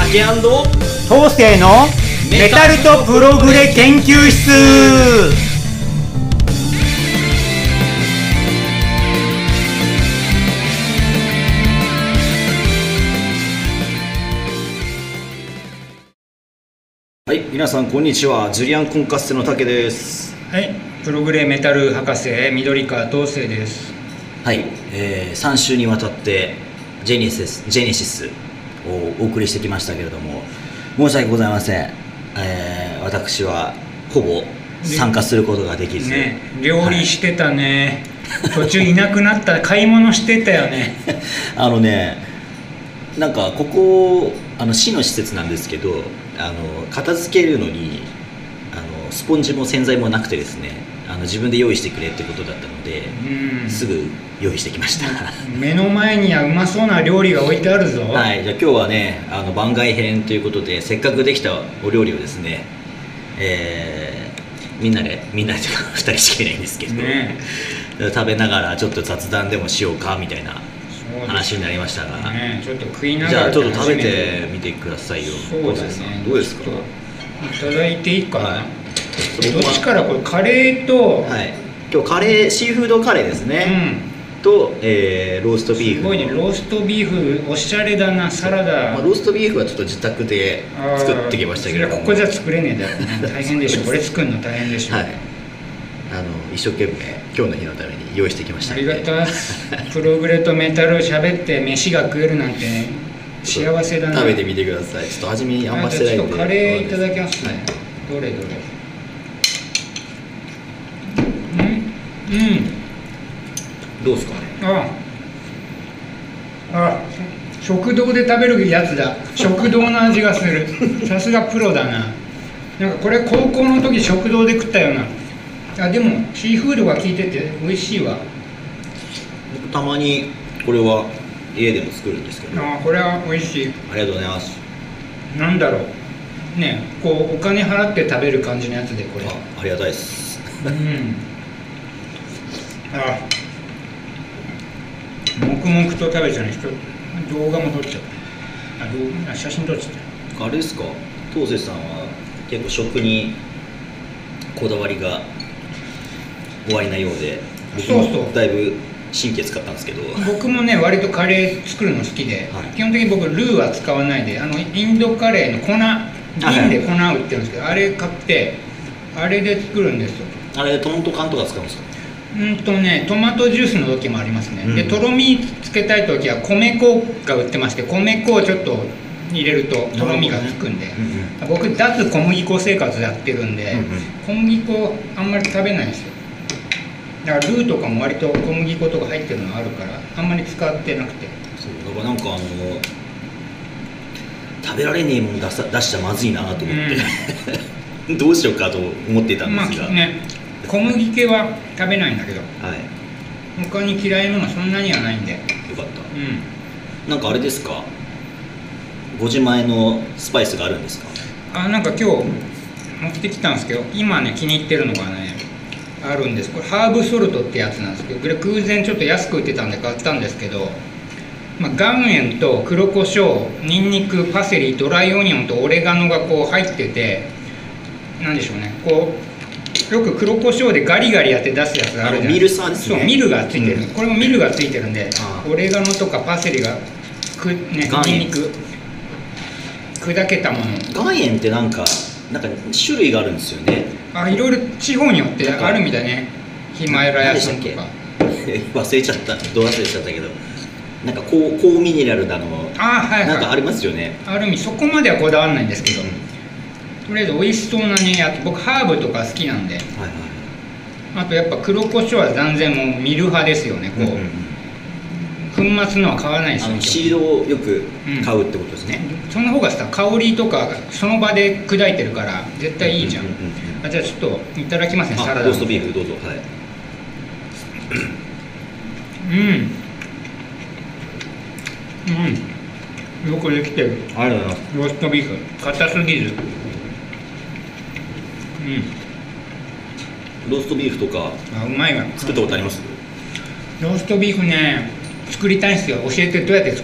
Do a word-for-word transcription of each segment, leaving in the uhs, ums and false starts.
竹& 東勢のメタルとプログレ研究室。 はい、皆さんこんにちは。ジュリアンコンカッセの竹です。 はい、プログレメタル博士緑川東勢です。 はい、えー、さん週にわたってジェネシスジェネシスをお送りしてきましたけれども、申し訳ございません。えー、私はほぼ参加することができず、 ね、料理してたね、はい、途中いなくなった買い物してたよねあのね、なんかここあの市の施設なんですけど、あの片付けるのにあのスポンジも洗剤もなくてですね、あの自分で用意してくれってことだったので、うん、すぐ用意してきました目の前にはうまそうな料理が置いてあるぞ。 はい、じゃあ今日はね、あの番外編ということで、せっかくできたお料理をですね、えー、みんなでみんなでというかふたりしかいないんですけど、ね、食べながらちょっと雑談でもしようかみたいな話になりましたが、 ね、ちょっと食いながら、 じゃあちょっと食べてみてくださいよ。 そうだね、 どうですか？いただいていいかな、はい、どっちからこれカレーと、 はい、今日カレー、シーフードカレーですね、うん、と、えー、ローストビーフ。 すごいね、ローストビーフおしゃれだな、サラダ、 まあ、ローストビーフはちょっと自宅で作ってきましたけども、 ここじゃ作れねえだろうね大変でしょこれ作るの大変でしょ、はい、 あの一生懸命今日の日のために用意してきました。 ありがとうプログレとメタル喋って飯が食えるなんて、ね、幸せだな。 食べてみてください。ちょっと味見あんましてないんで。 ちょっとカレーいただきますね、はい、どれどれ。うんうん、 どうですかね。 ああ、食堂で食べるやつだ。食堂の味がするさすがプロだな。なんかこれ高校の時食堂で食ったような。あ、でもシーフードが効いてて美味しいわ。 僕たまにこれは家でも作るんですけど。 ああ、これは美味しい。 ありがとうございます。 なんだろうね、こうお金払って食べる感じのやつで、これあ, ありがたいです。 うんあ黙々と食べちゃう人、動画も撮っちゃう。あ、動画、写真撮っちゃった。 あれですか、東勢さんは結構食にこだわりがおありなようで、僕もだいぶ神経使ったんですけど。 僕もね、割とカレー作るの好きで、はい、基本的に僕ルーは使わないで、あのインドカレーの粉、瓶で粉売ってるんですけど、あれ買ってあれで作るんですよ。 あれトマト缶とか使うんですか？ うんとね、トマトジュースの時もありますね、うん、でとろみつけたい時は米粉が売ってまして、米粉をちょっと入れるととろみがつくんで、ね、うんうん、僕脱小麦粉生活やってるんで、うんうん、小麦粉あんまり食べないんですよ。だからルーとかも割と小麦粉とか入ってるのがあるからあんまり使ってなくて。 そうだからなんかあの食べられねえもの出さ出しちゃまずいなと思って、うん、どうしようかと思っていたんですが、 まあね、小麦系は食べないんだけど、 はい、 他に嫌いなのがそんなにはないんでよかった、うん、なんかあれですか、ご自前のスパイスがあるんですか？ あ、なんか今日持ってきたんですけど、今ね気に入ってるのがねあるんです。これハーブソルトってやつなんですけど、これ空前ちょっと安く売ってたんで買ったんですけど、まあ、岩塩と黒胡椒、ニンニク、パセリ、ドライオニオンとオレガノがこう入ってて、なんでしょうね、こうよく黒胡椒でガリガリやって出すやつがあるじゃないですか。 ミルサーですね。 そう、ミルがついてる、うん、これもミルがついてるんで、オレガノとかパセリがく、ね、ニンニク砕けたもの。 岩塩ってなんかなんか種類があるんですよね。 あ、いろいろ地方によってあるみたいね。ヒマラヤ山とか忘れちゃった、どう忘れちゃったけど、なんか高高ミネラルだの、 あ、はいはい、 なんかありますよね。 ある意味そこまではこだわらないんですけど、うん、とりあえず美味しそうなねやつ、僕ハーブとか好きなんで、はいはい、あとやっぱ黒胡椒は断然もう見る派ですよね。こう、うんうん、粉末のは買わないですよ。 あのシードをよく買うってことですね、 うん、その方がさ、香りとかその場で砕いてるから絶対いいじゃん。あ、じゃあちょっといただきますね、サラダ。 ローストビーフどうぞ。はい。 うんうん、よくできてる。 ありがとうございます。 ローストビーフ硬すぎず、 うん、ローストビーフとかあ、うまいわ。 作ったことあります？ ローストビーフね、作りたいんですよ。教えて、どうやって作るの？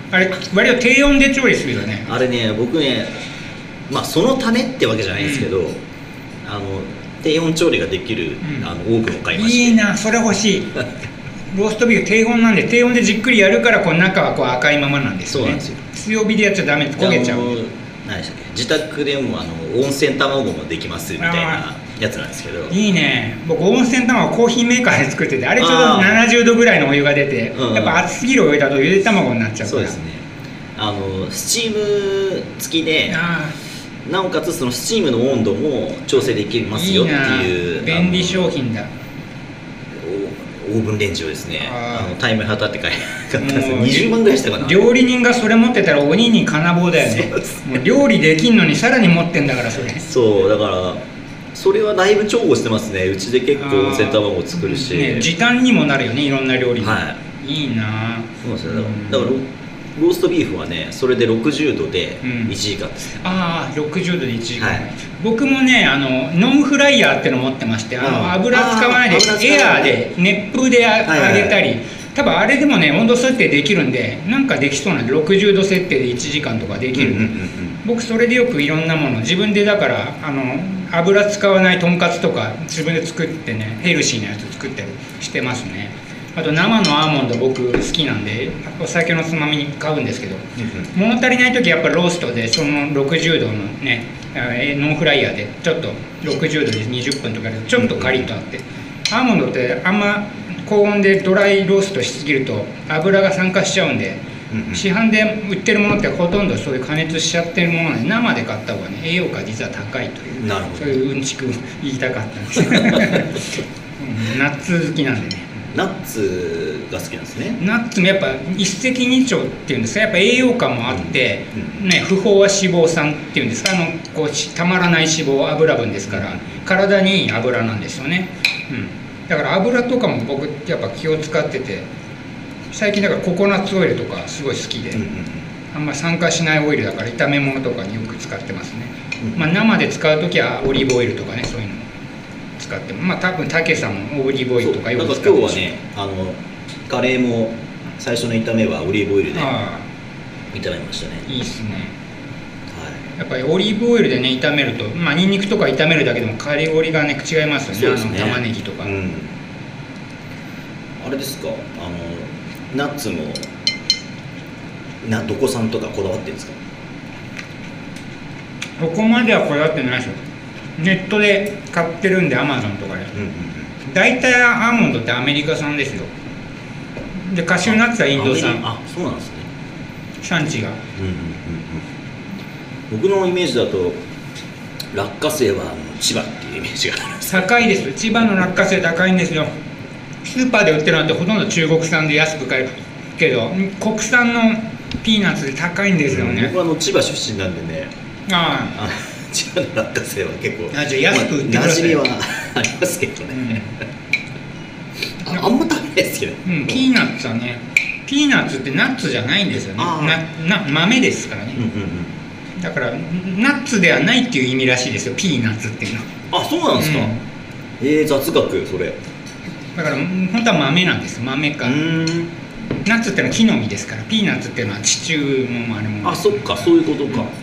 あれ割と低温で調理するよね。 あれね、僕ね、まあそのためってわけじゃないんですけど、うん、あの低温調理ができる、うん、あのオーブンを買いまして。 いいな、それ欲しいローストビーフ低温なんで、低温でじっくりやるからこう中はこう赤いままなんですよね。そうなんですよ。強火でやっちゃダメ、焦げちゃう。 何でしたっけ、自宅でもあの温泉卵もできますみたいなやつなんですけど。 いいね。僕温泉卵コーヒーメーカーで作ってて、あれちょうどななじゅうどぐらいのお湯が出て、うんうん、やっぱ熱すぎるお湯だとゆで卵になっちゃうから。そうですね。 あのスチーム付きで、なおかつそのスチームの温度も調整できますよっていう。 いいな、便利商品だ。 オーブンレンジをですね、あのタイム測って買ったんですよ。にじゅうまんぐらいしたかな。 料理人がそれ持ってたら鬼に金棒だよね。もう料理できんのにさらに持ってんだからそれ。 そうだからそれはだいぶ重宝してますね。うちで結構温泉卵を作るし、 ね、時短にもなるよね、いろんな料理に。 はい、 いいな。 そうですよ。だから、だからローストビーフはね、それでろくじゅうどでいちじかんです、ね、 うん、ああろくじゅうどでいちじかん、はい、僕もね、あのノンフライヤーっての持ってまして、あの油使わないでエアーで熱風で揚げたり、多分あれでもね温度設定できるんで、なんかできそうなんでろくじゅうど設定でいちじかんとかできる、うんうんうんうん、僕それでよくいろんなもの自分で、だからあの油使わないとんかつとか自分で作ってね、ヘルシーなやつ作ったりしてますね。あと生のアーモンド僕好きなんでお酒のつまみに買うんですけど、うんうん、物足りない時やっぱローストでそのろくじゅうどのねノンフライヤーでちょっとろくじゅうどでにじゅっぷんとかでちょっとカリッとあって、アーモンドってあんま高温でドライローストしすぎると油が酸化しちゃうんで、うんうん、市販で売ってるものってほとんどそういう加熱しちゃってるものなんで、生で買った方がね栄養価実は高いという、 なるほど、 そういううんちく言いたかったんですナッツ好きなんでね。 ナッツが好きなんですね。 ナッツもやっぱ一石二鳥っていうんですか、やっぱ栄養価もあって、うんうん、ね、不飽和脂肪酸っていうんですか、あのこうたまらない脂肪油分ですから、うん、体にいい油なんですよね、うん、だから油とかも僕やっぱ気を使ってて、最近だからココナッツオイルとかすごい好きで、うんうんうん、あんま酸化しないオイルだから炒め物とかによく使ってますね、うん、まあ、生で使う時はオリーブオイルとかね、そういうの使っても、まあ多分たけさんもオリーブオイルとかよく使ってます。今日はね、あのカレーも最初の炒めはオリーブオイルで炒めましたね。 いいっすね、はい、やっぱりオリーブオイルでね炒めると、まあニンニクとか炒めるだけでもカリゴリがね違いますよね。あの玉ねぎとか、うん、 あれですか、あのナッツもなどこさんとかこだわってるんですか？ ここまではこだわってないですよ。ネットで買ってるんで、アマゾンとかで、うんうんうん、大体アーモンドってアメリカ産ですよ。でカシューナッツはインド産。 あ、そうなんですね、 産地が、うんうんうんうん、僕のイメージだと落花生は千葉っていうイメージがあります。 高いです。千葉の落花生高いんですよ。スーパーで売ってるのってほとんど中国産で安く買えるけど、国産のピーナッツで高いんですよね、うん、 僕はあの千葉出身なんでね、 ああ千葉の落花生は結構、 あ、じゃあ安く売ってください。 馴染みはありますけどね、うん、あ, あんま食べないですけど、 うん、ピーナッツはね、ピーナッツってナッツじゃないんですよね。なな豆ですからね、うんうんうん、だからナッツではないっていう意味らしいですよ、ピーナッツっていうのは。 あ、そうなんですか、うん、えー、雑学それ。 だから本当は豆なんですよ、豆か。ナッツってのは木の実ですから、ピーナッツっていうのは地中のあれも。 あ、そっか、そういうことか、うん、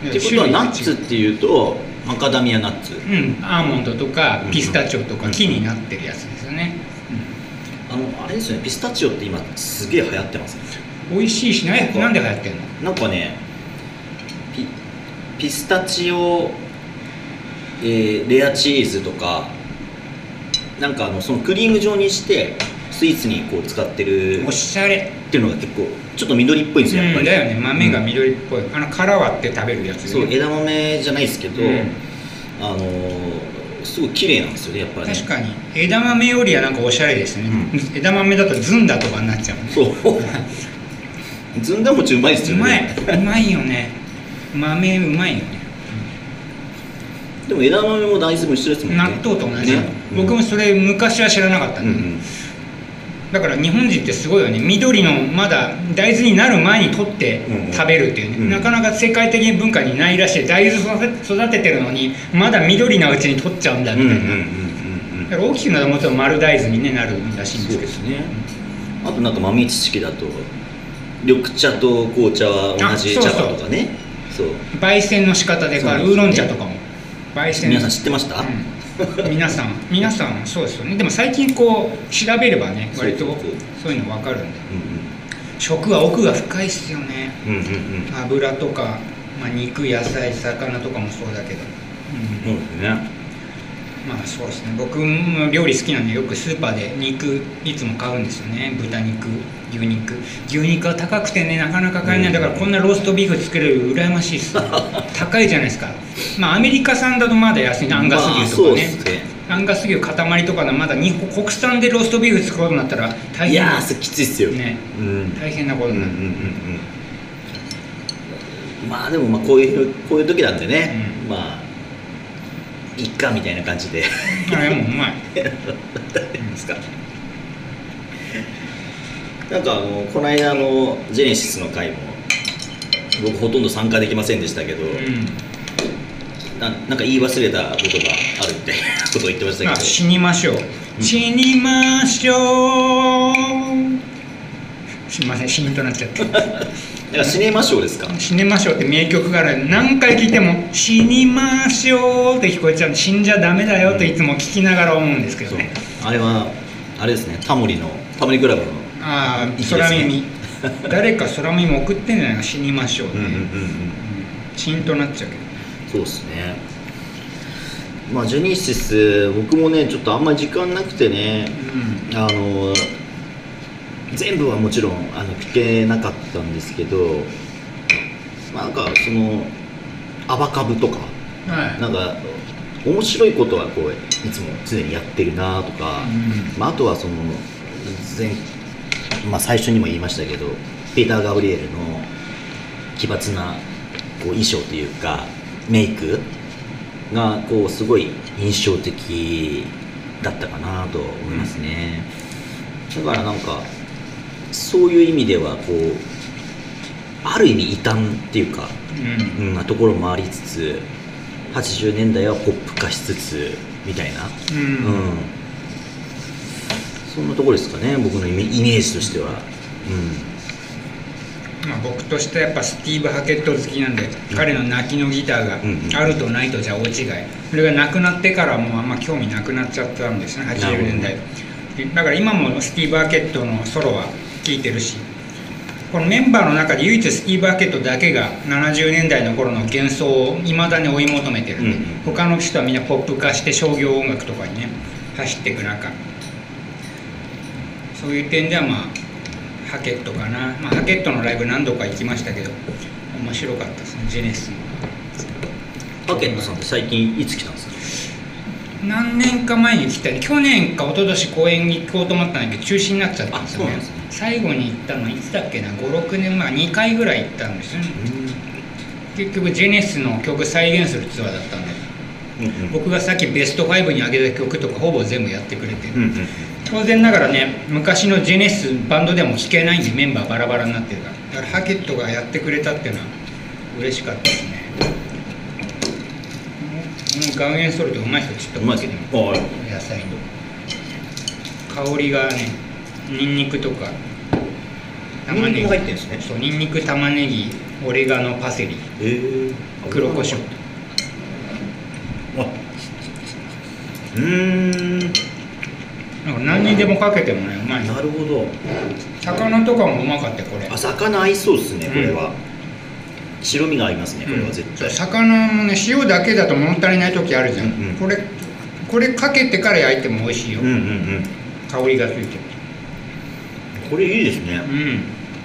ってことはナッツっていうとマカダミアナッツ、うん、 アーモンドとかピスタチオとか木になってるやつですよね、 うんうん、あのあれですよね、ピスタチオって今すげえ流行ってますね。 美味しいしね。なんで流行ってんの？ なんかね、ピ, ピスタチオ、えー、レアチーズとか、なんかあのそのクリーム状にしてスイーツにこう使ってる、 おしゃれっていうのが結構ちょっと緑っぽいんですよ、やっぱり、 うん、だよね、豆が緑っぽい、うん、あの殻割って食べるやつ、ね、 そう、枝豆じゃないですけど、うん、あのー、すごい綺麗なんですよね、やっぱり、ね、 確かに枝豆よりはなんかおしゃれですね、うん、枝豆だとずんだとかになっちゃう、ね、 そうずんだ餅うまいですよね。 うまい、うまいよね、豆うまいよね。 でも枝豆も大豆も一緒ですもんね。 納豆と同じ、ね、僕もそれ昔は知らなかったんで、うんうん、だから日本人ってすごいよね。緑のまだ大豆になる前に取って食べるっていうね、うんうん、なかなか世界的文化にないらしい。大豆育ててるのにまだ緑のうちに取っちゃうんだみたいな。だから大きくなるともっと丸大豆に、ね、なるらしいんですけどね。あとなんか豆知識だと緑茶と紅茶は同じ茶葉とかね。そう焙煎の仕方で変わる、ね、ウーロン茶とかも焙煎。 皆さん知ってました？ うん、皆さん皆さんそうですよね。でも最近こう調べればね割とそういうの分かるんで、うんうん、食は奥が深いっすよね、うんうんうん、油とか、まあ、肉野菜魚とかもそうだけど、うんうん、そうですね。まあそうですね、僕も料理好きなんでよくスーパーで肉いつも買うんですよね。豚肉、牛肉牛肉は高くてねなかなか買えない、うん、だからこんなローストビーフ作れる羨ましいっすね高いじゃないですか。まあアメリカ産だとまだ安いね、アンガス牛とかね、まあ、アンガス牛塊とかのまだ日本国産でローストビーフ作ろうとなったら大変な、いやーきついっすよね、うん、大変なことになる、うんうんうんうん、まあでもまあこういうこういう時なんでね、うん、まあいっかみたいな感じであれもうまいですか。なんかあのこの間のジェネシスの回も僕ほとんど参加できませんでしたけど、うん、な, なんか言い忘れたことがあるみたいなことを言ってましたけど、 あ死にましょう、うん、死にましょうすみません、死にとなっちゃってだから死ねましょうですか。 死ねましょうって名曲がある。何回聴いても死にましょうって聞こえちゃう。死んじゃダメだよっていつも聞きながら思うんですけどね、 うん、あれはあれですね、タモリのタモリクラブの、 ああ空耳誰か空耳送ってんじゃないか、死にましょうって、うんうんうんうん、死んとなっちゃうけど。 そうですね。まあジェニシス僕もねちょっとあんまり時間なくてね、うん、あの全部はもちろんあの聞けなかったんですけど、まあ、なんかそのアバカブとか、はい、なんか面白いことはこういつも常にやってるなとか、うん、まあ、あとはその前、まあ、最初にも言いましたけどピーター・ガブリエルの奇抜なこう衣装というかメイクがこうすごい印象的だったかなと思いますね、うん、だからなんかそういう意味ではこうある意味異端っていうか、うんうん、ところもありつつはちじゅうねんだいはポップ化しつつみたいな、うんうん、そんなところですかね、僕のイメージとしては、 うん、まあ、僕としてはやっぱスティーブ・ハケット好きなんで、うん、彼の泣きのギターがあるとないとじゃ大違い、それがなくなってからもうあんま興味なくなっちゃったんですね、はちじゅうねんだい。だから今もスティーブ・ハケットのソロは聴いてるし、このメンバーの中で唯一スティーブ・ハケットだけがななじゅうねんだいの頃の幻想をいまだに追い求めてるんで、うん、他の人はみんなポップ化して商業音楽とかにね走っていく中、そういう点ではまあハケットかな、まあ、ハケットのライブ何度か行きましたけど面白かったですね、ジェネシスも。 ハケットさんって最近いつ来たんですか？ 何年か前に来たね、去年か一昨年公演に行こうと思ったんだけど中止になっちゃったんですよね。最後に行ったのいつだっけな、ごろくねんまえ、にかいぐらい行ったんですよね。結局ジェネシスの曲再現するツアーだったんで、うんうん、僕がさっきベストファイブに上げた曲とかほぼ全部やってくれて、うんうん、当然ながらね昔のジェネシスバンドでも聴けないんでメンバーバラバラになってるから、だからハケットがやってくれたっていうのは嬉しかったですね。岩塩ソルトうまい人ちょっとかけても野菜の香りがね、ニンニクとか玉ねぎ入ってるんですね。 そう、ニンニク、玉ねぎ、オレガノ、パセリ、えー、黒胡椒。あ、うーん、なんか何にでもかけてもねうまい。 なるほど。 魚とかもうまかったこれ。 あ、魚合いそうですね、これは、うん、白身が合いますね、これは絶対、うん、 魚もね塩だけだと物足りない時あるじゃん、うんうん、これこれかけてから焼いても美味しいよ、うんうんうん、香りがついてこれいいですね。うん、うん、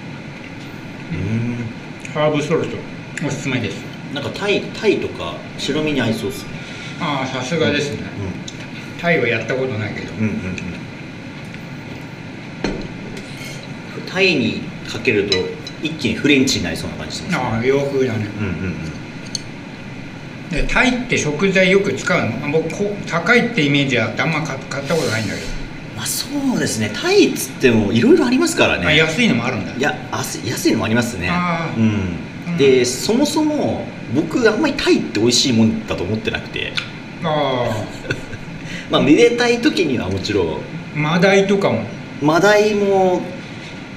ハーブソルトおすすめです。 なんかタイ、タイとか白身に合いそうですね。 ああ、さすがですね、うんうん、タイはやったことないけど、うんうんうん、 タイにかけると一気にフレンチになりそうな感じします、ね、 ああ、洋風だね、うんうんうん、でタイって食材よく使うの？僕こ高いってイメージはあってあんま買ったことないんだけど。 まあ、そうですね、タイっつってもいろいろありますからね。 あ、安いのもあるんだ。 いや、安いのもありますね。あ、うん、で、うん、そもそも僕あんまりタイって美味しいもんだと思ってなくて、あまあめでたい時にはもちろんマダイとかもマダイも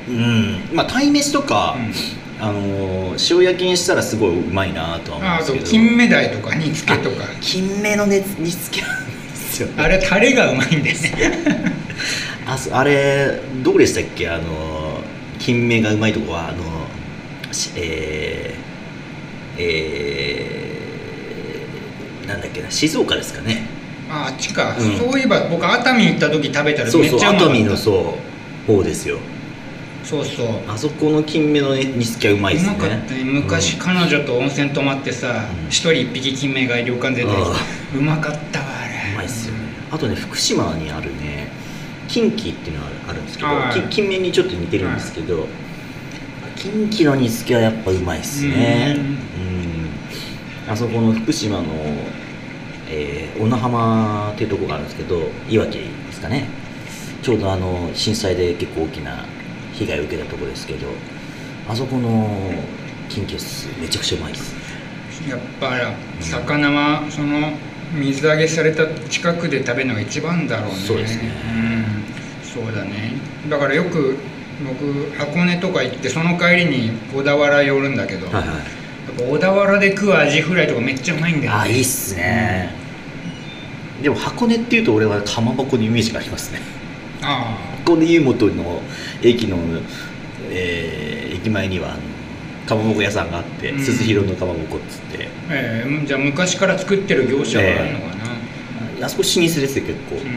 うんまあ鯛めしとか、 うん、 あのー、塩焼きにしたらすごいうまいなとは思うんですけど、 あと金目鯛とか煮付けとか金目の、ね、煮付けなんですよ、ね、 あれタレがうまいんだよねあ, あれどうでしたっけ、あの金目がうまいとこはあのえー、えー、なんだっけな、静岡ですかね。 ああっちか、 うん、 そういえば僕熱海行った時食べたらめっちゃうまかった。 そうそう熱海のそう方ですよ。 そうそう、 あそこの金目の煮付けはうまいですね。 うまかったね。昔、うん、彼女と温泉泊まってさ一、うん、人一匹金目が旅館出てきてうまかったわあれ。 うまいっすよね。あとね福島にあるね近畿っていうのがあるんですけど、金目にちょっと似てるんですけど、近畿の煮付けはやっぱうまいっすね。うん、うん、あそこの福島の、えー、小名浜っていうところがあるんですけど、いわきですかね、ちょうどあの震災で結構大きな被害を受けたところですけど、あそこの金消すめちゃくちゃうまいです。 やっぱ魚はその水揚げされた近くで食べるのが一番だろうね。 そうですね、 うん、そうだね。だからよく僕箱根とか行ってその帰りに小田原寄るんだけど、はいはい、やっぱ小田原で食うアジフライとかめっちゃうまいんだよね。 あ、いいっすね、うん、でも箱根っていうと俺はかまぼこのイメージがありますね。ああ、箱根湯本の駅の、えー、駅前にはあのかまぼこ屋さんがあって、うん、鈴廣のかまぼこっつって、 えー、じゃあ昔から作ってる業者があるのかな、 えー、あそこ老舗ですよ結構。うん、うん、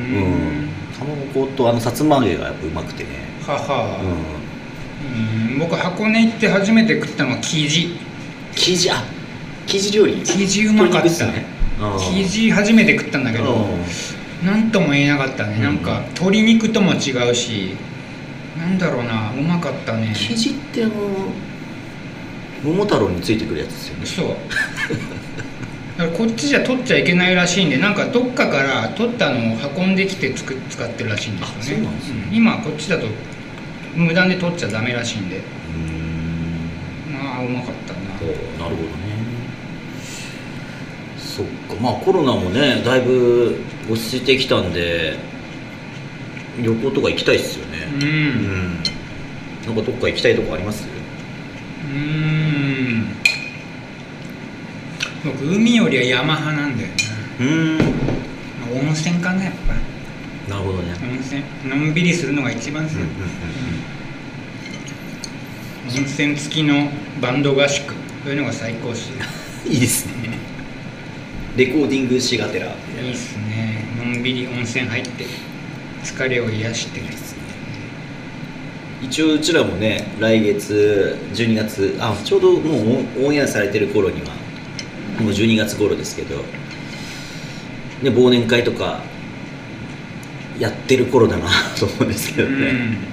かまぼことあのさつま揚げがやっぱうまくてね。 はは、うん、うん、僕箱根行って初めて食ったのは生地生地あ生地料理生地うまかった、ね、生地初めて食ったんだけど何とも言えなかったね、うん、なんか鶏肉とも違うし、なんだろうな、うまかったね。 生地ってあの桃太郎についてくるやつですよね。 そうだからこっちじゃ取っちゃいけないらしいんで、なんかどっかから取ったのを運んできてつく使ってるらしいんですよね。そうなんですね、うん、今こっちだと無断で取っちゃダメらしいんで。うーん、まあうまかったな。 なるほどね。そっか、まあコロナもねだいぶ落ち着いてきたんで旅行とか行きたいっすよね。うん、うん、なんかどっか行きたいとこあります？ うーん、僕海よりは山派なんだよね。うん、温泉かなやっぱ。 なるほどね。 温泉のんびりするのが一番好き、うんうんうんうん、温泉付きのバンド合宿、そういうのが最高っすよいいですね。レコーディングしがてらいいっすね。のんびり温泉入って疲れを癒してる。 一応うちらもね来月じゅうにがつ、あちょうどもうオンエアされてる頃にはもうじゅうにがつ頃ですけど、ね、忘年会とかやってる頃だなと思うんですけどね、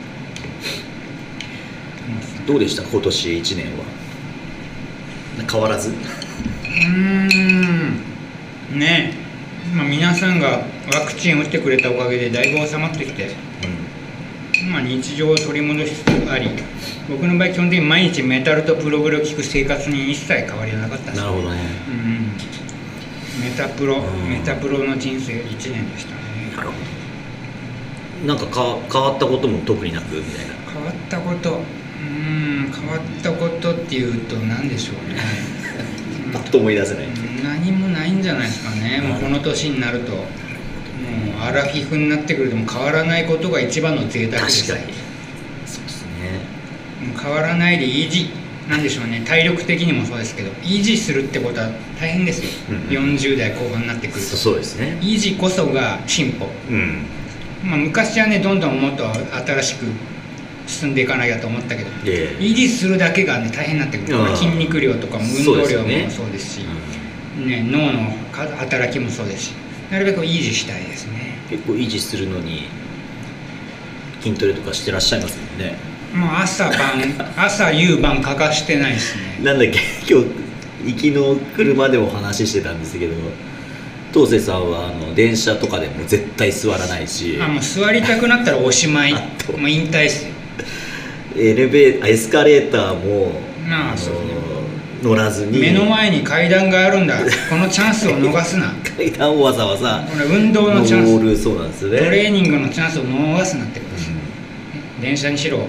うん、どうでした今年いちねんは？変わらず？うーんねえ、まあ、皆さんがワクチン打ってくれたおかげでだいぶ収まってきて、うん、まあ、日常を取り戻しつつあり、僕の場合基本的に毎日メタルとプログレを聴く生活に一切変わりはなかったです。 なるほどね、 うん、メタプロ、うん、メタプロの人生いちねんでしたね。 なるほど。なんかか変わったことも特になくみたいな。 変わったこと、うーん、変わったことっていうと何でしょうねパッと思い出せない。 何もないんじゃないですかね。もうこの年になるともうアラフィフになってくるともう変わらないことが一番の贅沢です。 確かにそうですね。 もう変わらないで維持なんでしょうね。体力的にもそうですけど維持するってことは大変ですよ、うんうん、よんじゅうだいこう半になってくると。 そうですね。 維持こそが進歩、うん、まあ、昔はねどんどんもっと新しく進んでいかなきゃと思ったけど、えー、維持するだけが、ね、大変になってくる。筋肉量とかも運動量もそうですし、ね、脳の働きもそうですし、なるべく維持したいですね。 結構維持するのに筋トレとかしてらっしゃいますもんね。 もう朝晩朝夕晩欠かしてないですね。 なんだっけ今日行きの車でも話してたんですけど、東瀬さんはあの電車とかでも絶対座らないし、 あもう座りたくなったらおしまいもう引退ですよ。 エレベーエスカレーターもああそう乗らずに、 目の前に階段があるんだこのチャンスを逃すな階段をわざわざこれ運動のチャンス、 そうなんですよね、 トレーニングのチャンスを逃すなってことです、うん、電車にしろ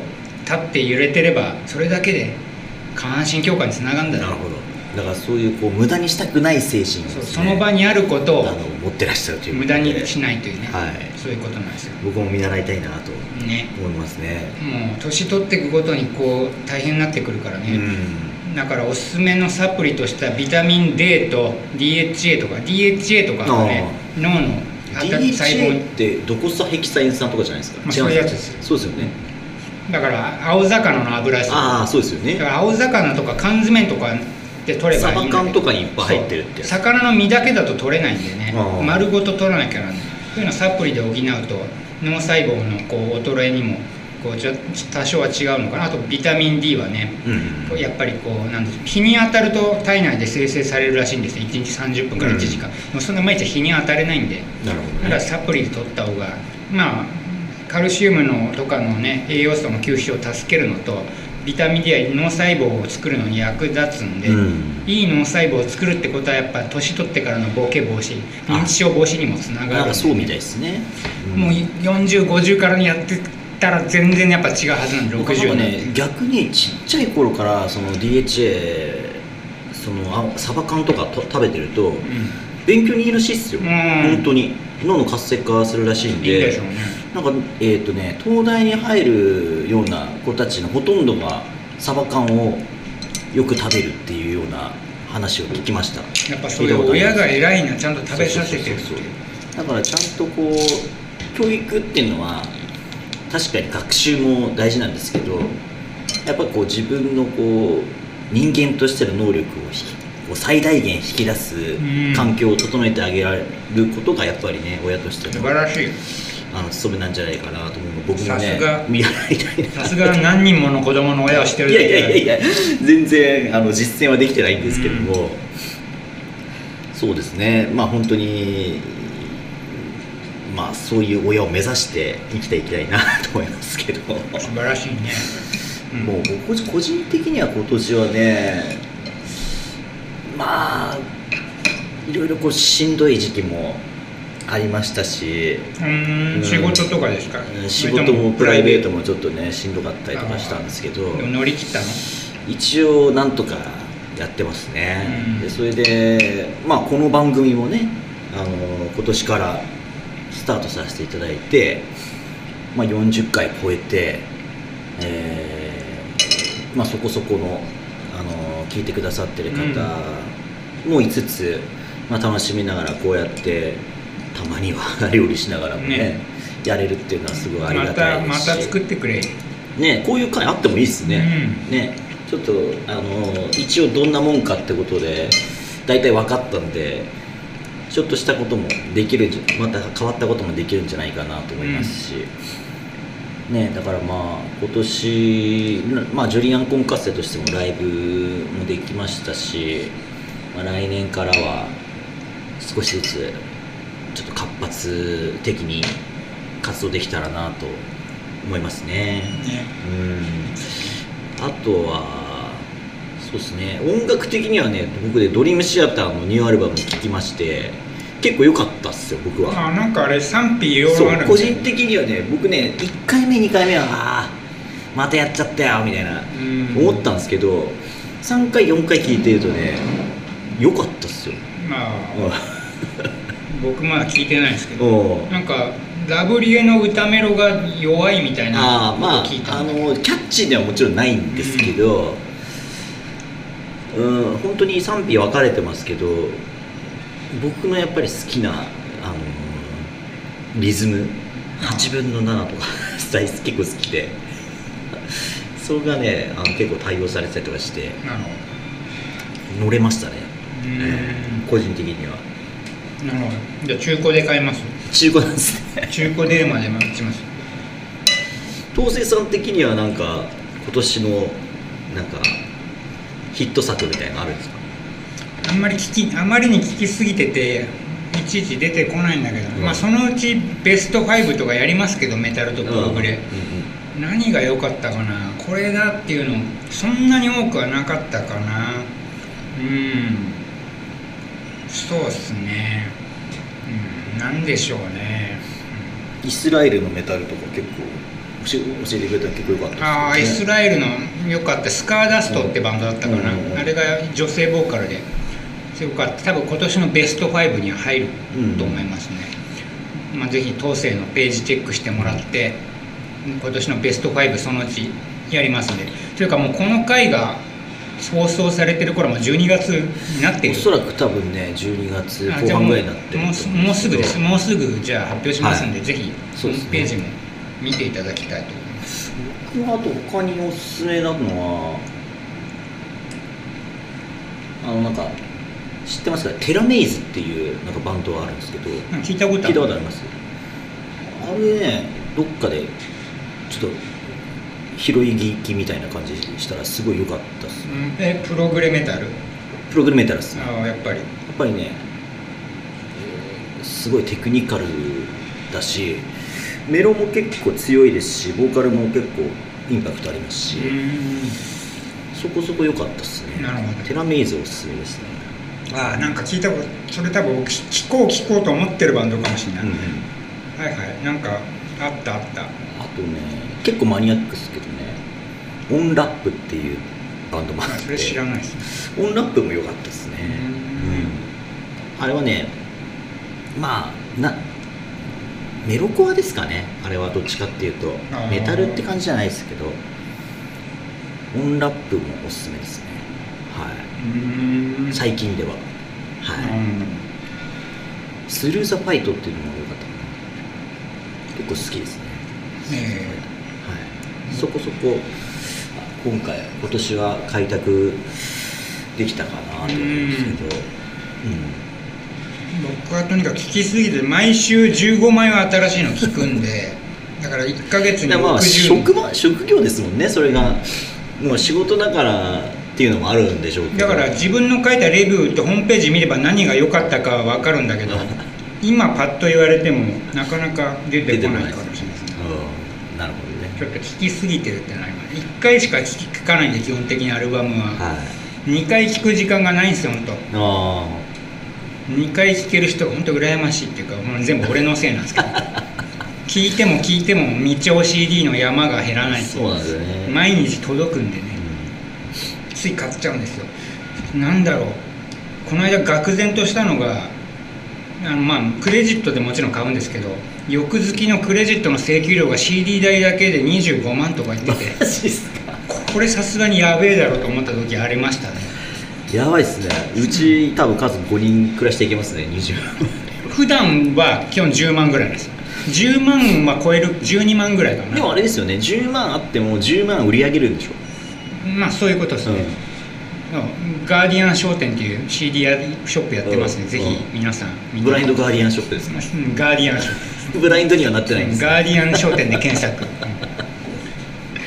立って揺れてればそれだけで下半身強化につながるんだ。 なるほど。だからそういうこう無駄にしたくない精神をですね、 その場にあることをあの持ってらっしゃるという無駄にしないというね、 はい、 そういうことなんですよ。 僕も見習いたいなとね、 思いますね。 もう年取っていくごとにこう大変になってくるからね、うん、だからおすすめのサプリとしてはビタミン D と ディーエイチエー とか ディーエイチエー とかがね、脳のディーエイチエー ってドコサヘキサエン酸とかじゃないですか。 まあ、そういうやつですよ。 そうですよね。 だから青魚の油ですよ。 ああ、そうですよね。 だから青魚とか缶詰とかで取ればいいんだけど、 サバ缶とかにいっぱい入ってるってやつ。 魚の身だけだと取れないんでね、丸ごと取らなきゃなんない。そういうのをサプリで補うと脳細胞のこう衰えにもこうちょ多少は違うのかな。あとビタミン D はね、うん、やっぱりこうなんです日に当たると体内で生成されるらしいんですね。いちにちさんじゅっぷんからいちじかん、うん、もうそんな毎日日に当たれないんで、 なるほどね、 だからサプリで取った方がまあカルシウムのとかのね栄養素の吸収を助けるのとビタミン D は脳細胞を作るのに役立つんで、うん、いい脳細胞を作るってことはやっぱ年取ってからのボケ防止、認知症防止にもつながるんで、 なんかそうみたいですね、 うん、もうよんじゅう、ごじゅうからやってたら全然やっぱ違うはずなんで、ろくじゅうなんで、ね、逆にちっちゃい頃からその ディーエイチエー そのサバ缶とかと食べてると、うん、勉強にいいらしいっすよ、うん、本当に脳の活性化するらしいんで、いいでしょうね。なんかえーとね、東大に入るような子たちのほとんどがサバ缶をよく食べるっていうような話を聞きました。 やっぱそれ親が偉いな、ちゃんと食べさせてるっていう。 だからちゃんとこう教育っていうのは確かに学習も大事なんですけど、やっぱこう自分のこう人間としての能力をこう最大限引き出す環境を整えてあげられることがやっぱりね、親としての素晴らしいあの務めなんじゃないかなと思うの僕もね、 さすが見習いたいな。 さすが何人もの子供の親をしてる。 いやいやいやいや、全然あの実践はできてないんですけども、うん、そうですね、まあ本当にまあそういう親を目指して生きていきたいなと思いますけど。 素晴らしいね、 うん、もう僕個人的には今年はね、まあいろいろこうしんどい時期もありましたし、 うん、仕事とかですか？ 仕事もプライベートもちょっとねしんどかったりとかしたんですけど、 乗り切ったの？ 一応なんとかやってますね、うん、でそれでまあこの番組もね、あの今年からスタートさせていただいて、まあ、よんじゅっかい超えて、えーまあ、そこそこの、あの聞いてくださってる方もいつつ、まあ、楽しみながらこうやってたまには料理しながらも ね, ねやれるっていうのはすごいありがたいですし、 またまた作ってくれね、こういう回あってもいいですね、うん、ね、ちょっとあの一応どんなもんかってことで大体分かったんで、ちょっとしたこともできる、また変わったこともできるんじゃないかなと思いますし、うんね、だからまあ今年、まあ、ジュリアンコンカッセとしてもライブもできましたし、まあ、来年からは少しずつちょっと活発的に活動できたらなと思いますね。ね、うん、あとはそうですね、音楽的にはね、僕でドリームシアターのニューアルバム聴きまして、結構良かったっすよ僕は。 あ、なんかあれ賛否両論あるんで、個人的にはね、僕ねいっかいめにかいめはあまたやっちゃったよみたいな思ったんですけど、さんかいよんかい聴いてるとね良かったっすよ。 まあ僕まだ聞いてないんですけど、なんかラブリエの歌メロが弱いみたいなことを聞いたんだけど、 あ、まあ、あのキャッチーではもちろんないんですけど、うん、うん、本当に賛否分かれてますけど、僕のやっぱり好きな、あのリズムはちぶんのななとか大好き結構好きで、それがねあの結構対応されてたりとかして乗れましたね、えー、個人的には。 なるほど。じゃあ中古で買います。 中古なんですね。 中古出るまで待ちます。 東勢さん的にはなんか今年のなんかヒット作みたいなのあるんですか？ あんまり聞きあまりに聞きすぎてていちいち出てこないんだけど、うん、まあそのうちベストごとかやりますけど、メタルとプログレ、うんうんうん、何が良かったかな、これだっていうのそんなに多くはなかったかな。うん、そうっすね、うん、なんでしょうね、 うん、イスラエルのメタルとか結構教えてくれたら結構良かったです、ね、 ああイスラエルの良かったスカーダストってバンドだったかな、 うんうん、 あれが女性ボーカルですごかった。多分今年のベストファイブには入ると思いますね、うんまあ、ぜひ当世のページチェックしてもらって今年のベストファイブそのうちやりますんで。というかもうこの回が放送されてる頃もじゅうにがつになっている。 おそらく多分ねじゅうにがつこう半ぐらいになってるもう、もうすぐです。もうすぐじゃあ発表しますんで、はい、ぜひホームページも見ていただきたいと思います。 僕はあと他におすすめなのはあのなんか知ってますか、テラメイズっていうなんかバンドがあるんですけど、 聞いたことある。 聞いたことあります。あれねどっかでちょっと拾い聞きみたいな感じしたらすごい良かったっす、ね、 うん、えプログレメタルプログレメタルっすね。 ああやっぱりやっぱりね、えー、すごいテクニカルだしメロも結構強いですしボーカルも結構インパクトありますし、そこそこ良かったっすね。 なるほど。 テラメイズおすすめですね。 ああなんか聞いたこと、それ多分聞こう聞こうと思ってるバンドかもしれない、うんうん、はいはいなんかあったあった。 あとね結構マニアックですけどねオンラップっていうバンドもあって、 それ知らないですね。オンラップも良かったですね。うん、あれはねまあなメロコアですかね。あれはどっちかっていうとメタルって感じじゃないですけどオンラップもおすすめですね。はい、最近では、はい、スルーザファイトっていうのも良かったかな。結構好きですね。えーはい、そこそこ今回今年は開拓できたかなと思うんですけど、 うん、僕はとにかく聞きすぎて毎週じゅうごまいは新しいの聞くんでだからいっかげつにろくじゅう、 まあ、職, 職業ですもんねそれが、うん、もう仕事だからっていうのもあるんでしょうけど、 だから自分の書いたレビューとホームページ見れば何が良かったかは分かるんだけど今パッと言われてもなかなか出てこないかもしれないですね。 うん、なるほどね。 ちょっと聞きすぎてるってなります。いっかいしか聞かないんで基本的にアルバムは、はい、にかい聞く時間がないんですよ本当。あにかい聞ける人が本当羨ましいっていうかもう全部俺のせいなんですけど聞いても聞いても未調 シーディー の山が減らない。 そうなんですよね。 毎日届くんでね、うん、つい買っちゃうんですよ。なんだろうこの間愕然としたのがあのまあクレジットでもちろん買うんですけど翌月のクレジットの請求料が シーディー 代だけでにじゅうごまんとか言っててマジですか。 これさすがにやべえだろうと思った時ありましたね。 やばいっすね。うち多分数ごにん暮らしていけますね。にじゅう普段は基本じゅうまんぐらいです。じゅうまんは超えるじゅうにまんぐらいかな。 でもあれですよねじゅうまんあってもじゅうまん売り上げるんでしょ。 まあそういうことですね、うん、ガーディアン商店っていう シーディー ショップやってますね、うん、ぜひ皆さんブラインドガーディアンショップですか。 うん、ガーディアンショップブラインドにはなってないんです、ね、 ガーディアン商店で検索、うん、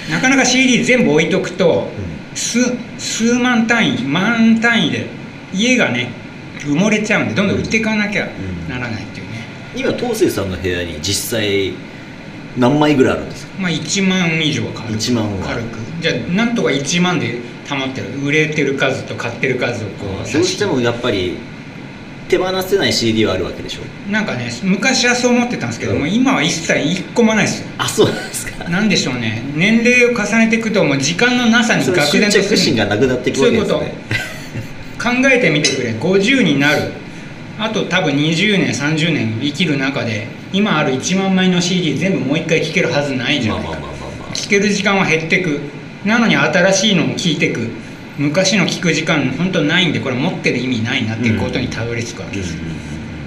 なかなか シーディー 全部置いとくと、うん、数, 数万単位万単位で家がね埋もれちゃうんでどんどん売っていかなきゃならないっていうね、 うん、今東生さんの部屋に実際何枚ぐらいあるんですか。 まあいちまん以上は軽くいちまんは軽くじゃあなんとかいちまんで溜まってる売れてる数と買ってる数をこうどうしてもやっぱり手放せない シーディー はあるわけでしょ。 なんかね昔はそう思ってたんですけども、うん、今は一切いっこもないですよ。 あ、そうなんですか。 なんでしょうね年齢を重ねていくともう時間のなさに愕然とする。 執着心がなくなっていくわけですね。 そういうこと考えてみてくれ。ごじゅうになるあと多分にじゅうねんさんじゅうねん生きる中で今あるいちまんまいの シーディー 全部もう一回聴けるはずないじゃないか。聴ける時間は減ってく。なのに新しいのを聴いてく。昔の聴く時間本当ないんでこれ持ってる意味ないなっていうことにたどり着くわけです、うん、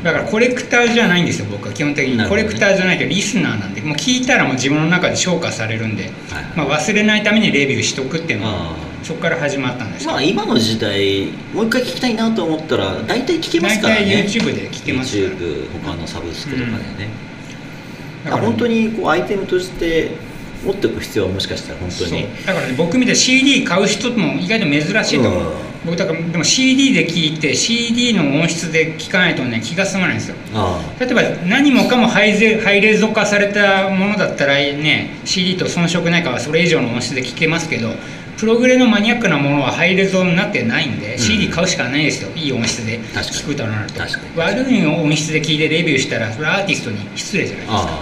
だからコレクターじゃないんですよ僕は基本的に、ね、コレクターじゃないけどリスナーなんでもう聞いたらもう自分の中で消化されるんで、はいまあ、忘れないためにレビューしとくっていうのはそこから始まったんですけど、 まあ、今の時代もう一回聞きたいなと思ったら大体聞けますからね。 大体 YouTube で聞けますから YouTube 他のサブスクとかでね、うん、だから本当にこうアイテムとして持っておく必要はもしかしたら本当にだからね僕みたいに シーディー 買う人も意外と珍しいと思う、うん、僕だからでも シーディー で聞いて シーディー の音質で聞かないとね気が済まないんですよ。例えば何もかもハイゼハイレゾ化されたものだったらね シーディー と遜色ないからそれ以上の音質で聞けますけどプログレのマニアックなものはハイレゾになってないんで、うん、シーディー 買うしかないですよ。いい音質で聞くとなると悪い音質で聞いてレビューしたらそれアーティストに失礼じゃないですか。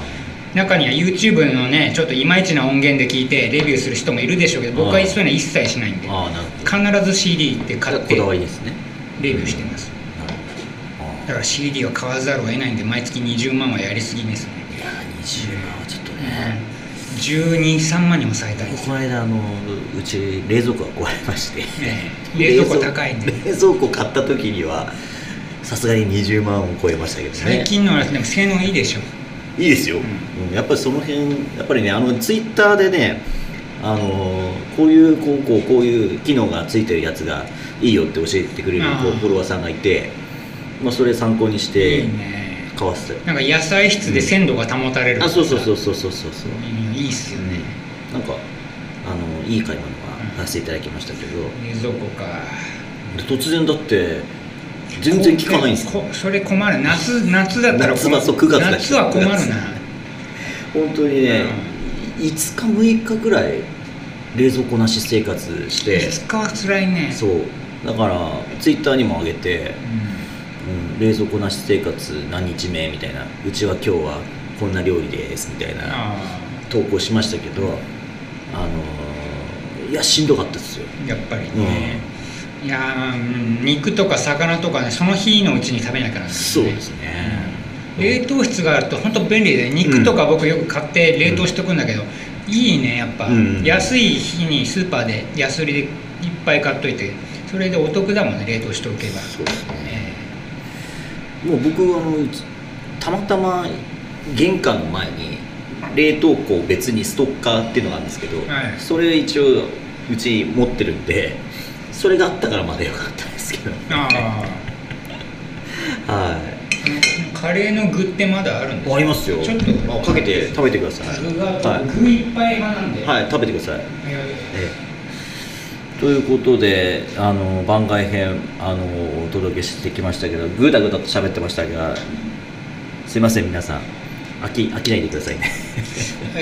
中には YouTube のねちょっといまいちな音源で聞いてレビューする人もいるでしょうけど、僕はそういうの一切しないんで、 あなるほど、 必ず シーディー って買ってこだわりですね、 レビューしてます。だから シーディー を買わざるを得ないんで、毎月にじゅうまんはやりすぎですね。 いやにじゅうまんはちょっとね、 じゅうに、さんまんに抑えたいです。 この間あのうち冷蔵庫が壊れまして、 ね、冷蔵庫高いんで、 冷蔵庫買った時にはさすがににじゅうまんを超えましたけどね。 最近のはでも性能いいでしょ。 いいですよ、 うんうん、やっぱりその辺やっぱりね、あのツイッターでね、あのこういうこうこうこういう機能がついてるやつがいいよって教えてくれるこうフォロワーさんがいて、まあ、それ参考にして買わせて、 なんか野菜室で鮮度が保たれる、 うん、あそうそうそうそうそうそうそう、 うん、いいっすよね、 うん、なんかあのいい買い物がさせていただきましたけど、 冷蔵庫か。 突然だって全然効かないんですよ。 それ困る。夏夏だったら夏はそうくがつだ夏は困るな。 本当にね、うん、いつかむいかぐらい冷蔵庫なし生活して、 いつかは辛いね。 そうだからツイッターにも上げて、うんうん、冷蔵庫なし生活何日目みたいな、うちは今日はこんな料理ですみたいな投稿しましたけど、あのー、いやしんどかったですよやっぱりね、うん、いや、うん、肉とか魚とかね、その日のうちに食べなきゃなんですね。そうですね、 うん、冷凍室があると本当便利で、肉とか僕よく買って冷凍しとくんだけど、うん、いいねやっぱ、うん、安い日にスーパーで安売りでいっぱい買っといて、それでお得だもんね、冷凍しておけば。 そうですね、もう僕あのたまたま玄関の前に冷凍庫別にストッカーっていうのがあるんですけど、はい、それ一応うち持ってるんで、それがあったからまだよかったんですけど、 ああはいカレーの具ってまだあるんですか？ ありますよ。ちょっとかけて食べてください。 具が、はい、具いっぱい派なんで、 はい、食べてください。ええ、ということで、あの番外編あのお届けしてきましたけど、ぐだぐだと喋ってましたが、すいません皆さん、飽き飽きないでくださいね。 はい、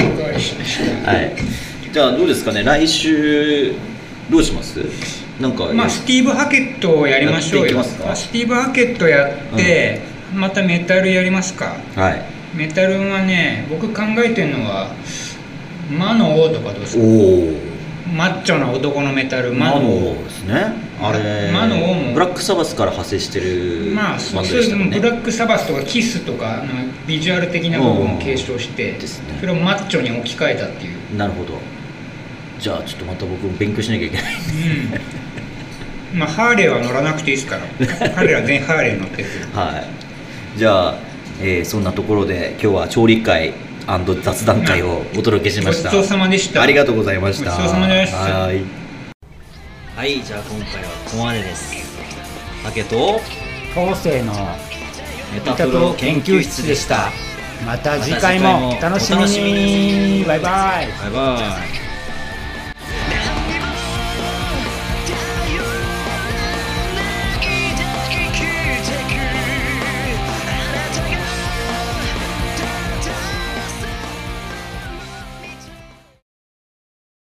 おかわりしました。 はい。じゃあどうですかね、来週どうします？なんかまあスティーブ・ハケットをやりましょうよ。スティーブ・ハケットやって、うん、またメタルやりますか。 はい。 メタルはね、僕考えてるのは魔の王とかどうですか？ おマッチョな男のメタル、 魔の王ですね。あれ魔の王もブラックサバスから派生してる、 まあそういうの、ブラックサバスとかキスとかのビジュアル的な部分を継承して、 ですね、 それをマッチョに置き換えたっていう。 なるほど。じゃあちょっとまた僕も勉強しなきゃいけない、 うん、まあハーレーは乗らなくていいですからハーレーは全ハーレー乗ってるはい。じゃあ、えー、そんなところで今日は調理会&雑談会をお届けしました。 ごちそうさまでした。 ありがとうございました。 ごちそうさまでした。 はい、はい、じゃあ今回はここまでです。竹と昴生のメタプロ研究室でした。 また次回もお楽しみに。バイバイ。 バイバイ。